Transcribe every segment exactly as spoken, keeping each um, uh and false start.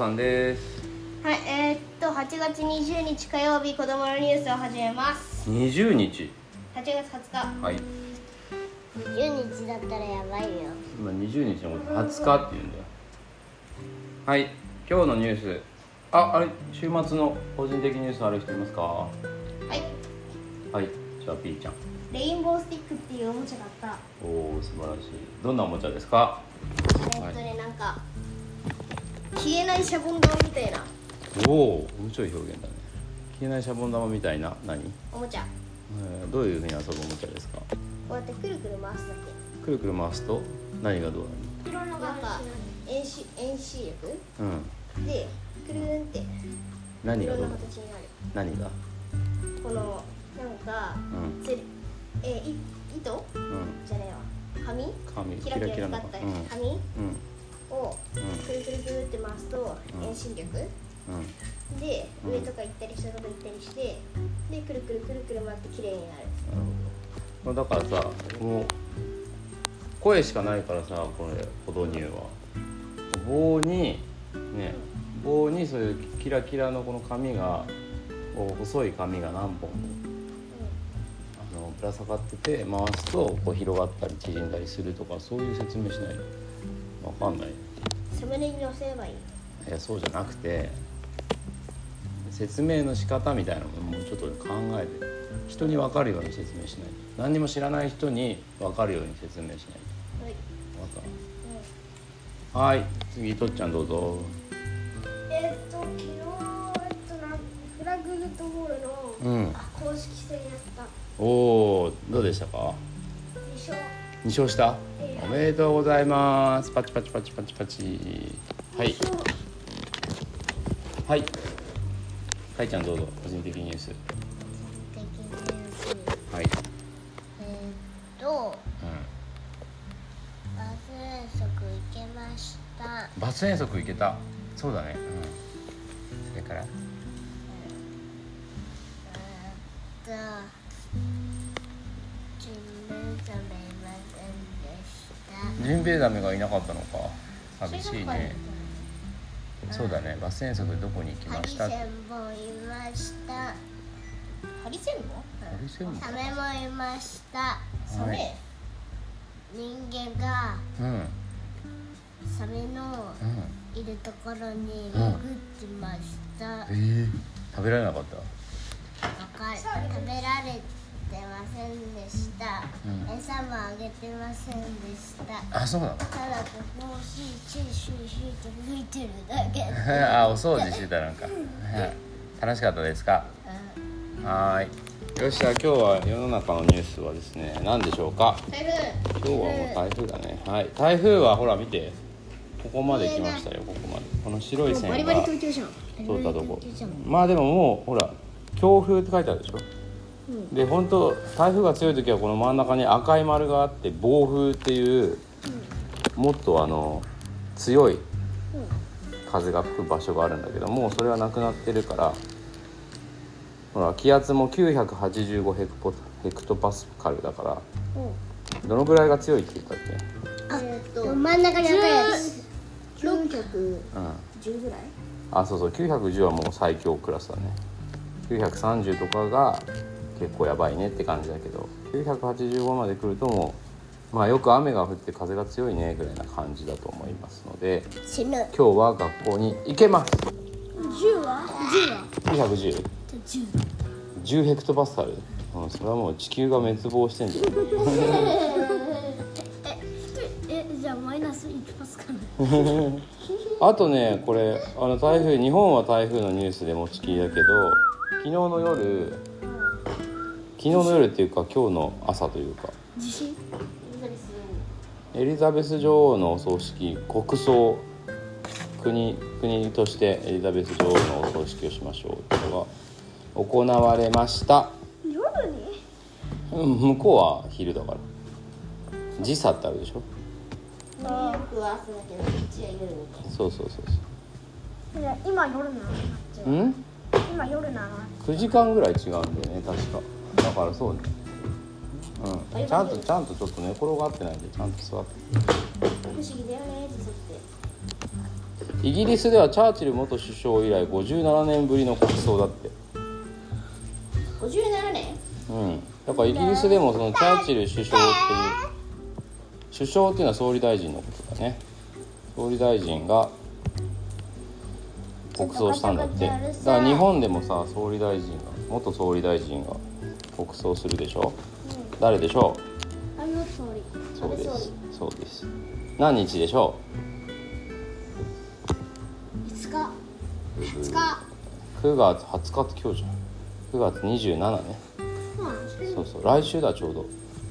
さんです。 はい、えー、っとはちがつにじゅうにち火曜日、子供のニュースを始めます。 にじゅうにちはちがつはつか。 はい。 にじゅうにちだったらやばいよ。 今にじゅうにちのことはつかって言うんだよ。はい、今日のニュース。あ、あれ、週末の個人的ニュースある人いますか？はい。 はい、じゃあ P ちゃん。 レインボースティックっていうおもちゃだった。 おお、素晴らしい。どんなおもちゃですか？ えー、っとね、はい、なんか消えないシャボン玉みたいな。 おお、面白い表現だね。消えないシャボン玉みたいな何？ おもちゃ。 えー、どういうふうに遊ぶおもちゃですか？ こうやってくるくる回すだけ。 くるくる回すと何がどうなるの？ なんか遠心遠心力？ うん。 でくるんって何がどうなる？ 形になる。 何が？ このなんか、うん、つりえー、い糸、うん、じゃねえわ。紙？ 紙。 キラキラ光った紙、うん、をくるくるくるって回すと遠心力、うん、で上とか行ったり下とか行ったりして、でくるくるくるくる回って綺麗になる。なるほど。だからさ、もう声しかないからさ、これコドニューは棒にね、棒にそういうキラキラのこの紙が、細い紙が何本も、うん、あのぶら下がってて、回すとこう広がったり縮んだりするとか、そういう説明しないとわかんない。 サムネに載せればいい。 いや、そうじゃなくて、説明の仕方みたいなのももうちょっと考えて、人に分かるように説明しないと。何にも知らない人に分かるように説明しないと。はい。分かった。はい、次とっちゃんどうぞ。 えー、っと昨日えっとなフラッグフットボールの、うん、公式戦やった。 おお、どうでしたか？ に勝。 に勝した、 えー、 おめでとうございます。パチパチパチパチパチ。はいはい、かいちゃんどうぞ。個人的ニュース。 個人的ニュース。 はい。 えー、っと、うん、バス遠足行けました。 バス遠足行けた。そうだね。うん。それから。うん。 えー、っと。ジンベエザメいませんでした。 ジンベエザメがいなかったのか。寂しいね。そうだね。バス遠足どこに行きました？ ハリセンボンいました。ハリセンボン？ ハリセンボン？ サメもいました。 サメ？ 人間が、うん、サメのいるところに潜ってました。うん、 えー、食べられなかった？ 食べられてませんでした、うん、餌もあげてませんでした。 あ、そうなの？ ただここをシーシーシーシーって吹いてるだけあ、お掃除してたなんか楽しかったですか？うん、はーい。よし、じゃあ今日は世の中のニュースはですね、何でしょうか？ 台風。 今日はもう台風だね。はい、台風はほら見て、ここまで来ましたよ。ここまでこの白い線がバリバリ東京じゃん。 通ったとこ。まあでももうほら強風って書いてあるでしょ。うん、で本当台風が強い時はこの真ん中に赤い丸があって、暴風っていう、うん、もっとあの強い風が吹く場所があるんだけども、それはなくなってるから、ほら気圧もきゅうひゃくはちじゅうごヘクポヘクトパスカルだから、うん、どのぐらいが強いって言ったっけ？ あ、えー、っと真ん中に赤いやつきゅうひゃくじゅうぐらい、 うん、あ、そうそう、きゅうひゃくじゅうはもう最強クラスだね。きゅうひゃくさんじゅうとかが結構やばいねって感じだけど、きゅうひゃくはちじゅうごまで来るともう、まあよく雨が降って風が強いねぐらいな感じだと思いますので、 死ぬ。 今日は学校に行けます。 じゅうは？じゅうは？ きゅうひゃくじゅう？ じゅう。 じゅうヘクトパスカル。うん、それはもう地球が滅亡してんだよ。 え、え、じゃあマイナスいちパスカル。 あとね、これあの台風、日本は台風のニュースで持ちきりだけど、昨日の夜、昨日の夜っていうか今日の朝というか、 地震？ エリザベス女王のお葬式、国葬、国国としてエリザベス女王のお葬式をしましょうというのが行われました。 夜に？ うん、向こうは昼だから。時差ってあるでしょ。 ニューヨークは朝だけどこっちは夜みたいな。 そうそうそうそう。今夜なの？ うん？ 今夜なの？ くじかんぐらい違うんだよね、確か。だからそうね。うん。ちゃんとちゃんとちょっと寝転がってないでちゃんと座って。 不思議だよね、時差って。 イギリスではチャーチル元首相以来ごじゅうななねんぶりの国葬だって。 ごじゅうななねん。 うん、だからイギリスでもそのチャーチル首相っていう首相っていうのは総理大臣のことだね。総理大臣が国葬したんだって。だから日本でもさ、総理大臣が元総理大臣が国葬するでしょ、うん、誰でしょう？ 安倍総理。 そうです、そうです。何日でしょう？いつか。はつか。 くがつはつかって今日じゃん。くがつにじゅうしちね。うん、そうそう、来週だちょうど。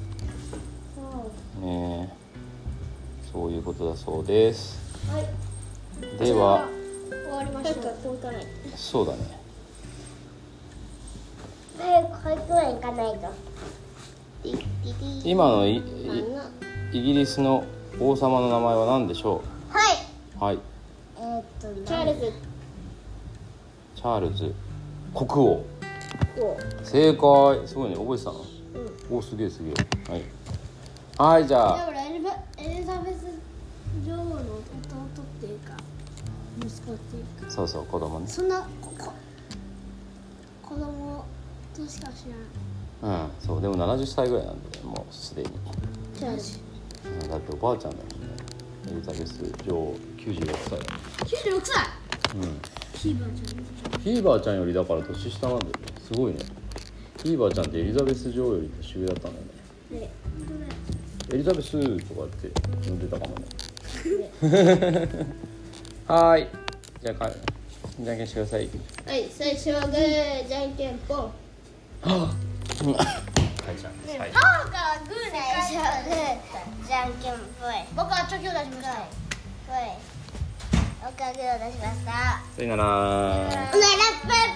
うん、ねえ、そういうことだそうです。 はい。 では。 終わりました。 そうだね。 早く保育園行かないと。 今の イ, イギリスの王様の名前は何でしょう？はい。 はい。 えー、っとチャールズ。 チャールズ国王。正解。すごいね、覚えてたの？うん、お、すげえすげえ。はい。はい、じゃあ。 エリザベス女王の弟っていうか息子っていうか。 そうそう、子供ね。 そんなここ子供としか知らない。 うん、そう、でもななじゅっさいぐらいなんで、ね、もうすでに。 チャールズ。 だっておばあちゃんだもんね。エリザベス女王きゅうじゅうろくさい。 きゅうじゅうろくさい。 うん。 ヒーバーちゃん。 ヒーバーちゃんよりだから年下なんだよね。すごいね。ヒーバーちゃんってエリザベス女王より年上だったんだよね。 ね、 エリザベスとかって呼んでたかもね。はーい。じゃあかじゃんけんしてください。 はい、最初はグー、じゃんけんぽん。はあ。はいちゃん。 パーからグーでしょ。じゃんけんぽい。 僕はチョキを出しました。 ぽい。僕はグーを出しました。 さよなら。 ならぽい。